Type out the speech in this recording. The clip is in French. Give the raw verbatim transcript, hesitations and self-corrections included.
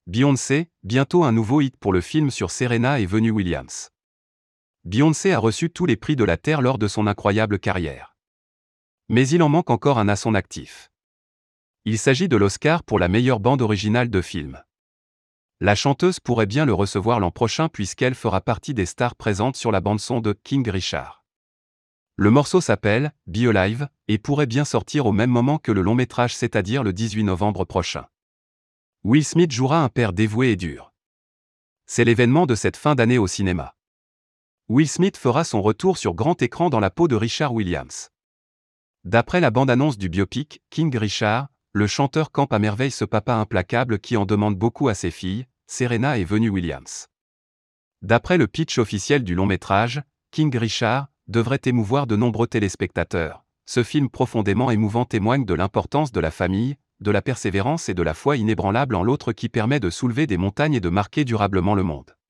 Beyoncé, bientôt un nouveau hit pour le film sur Serena et Venus Williams. Beyoncé a reçu tous les prix de la Terre lors de son incroyable carrière. Mais il en manque encore un à son actif. Il s'agit de l'Oscar pour la meilleure bande originale de film. La chanteuse pourrait bien le recevoir l'an prochain puisqu'elle fera partie des stars présentes sur la bande-son de King Richard. Le morceau s'appelle « Be Alive » et pourrait bien sortir au même moment que le long métrage, c'est-à-dire le dix-huit novembre prochain. Will Smith jouera un père dévoué et dur. C'est l'événement de cette fin d'année au cinéma. Will Smith fera son retour sur grand écran dans la peau de Richard Williams. D'après la bande-annonce du biopic King Richard, le chanteur campe à merveille ce papa implacable qui en demande beaucoup à ses filles, Serena et Venus Williams. D'après le pitch officiel du long métrage, King Richard devrait émouvoir de nombreux téléspectateurs. Ce film profondément émouvant témoigne de l'importance de la famille, de la persévérance et de la foi inébranlable en l'autre qui permet de soulever des montagnes et de marquer durablement le monde.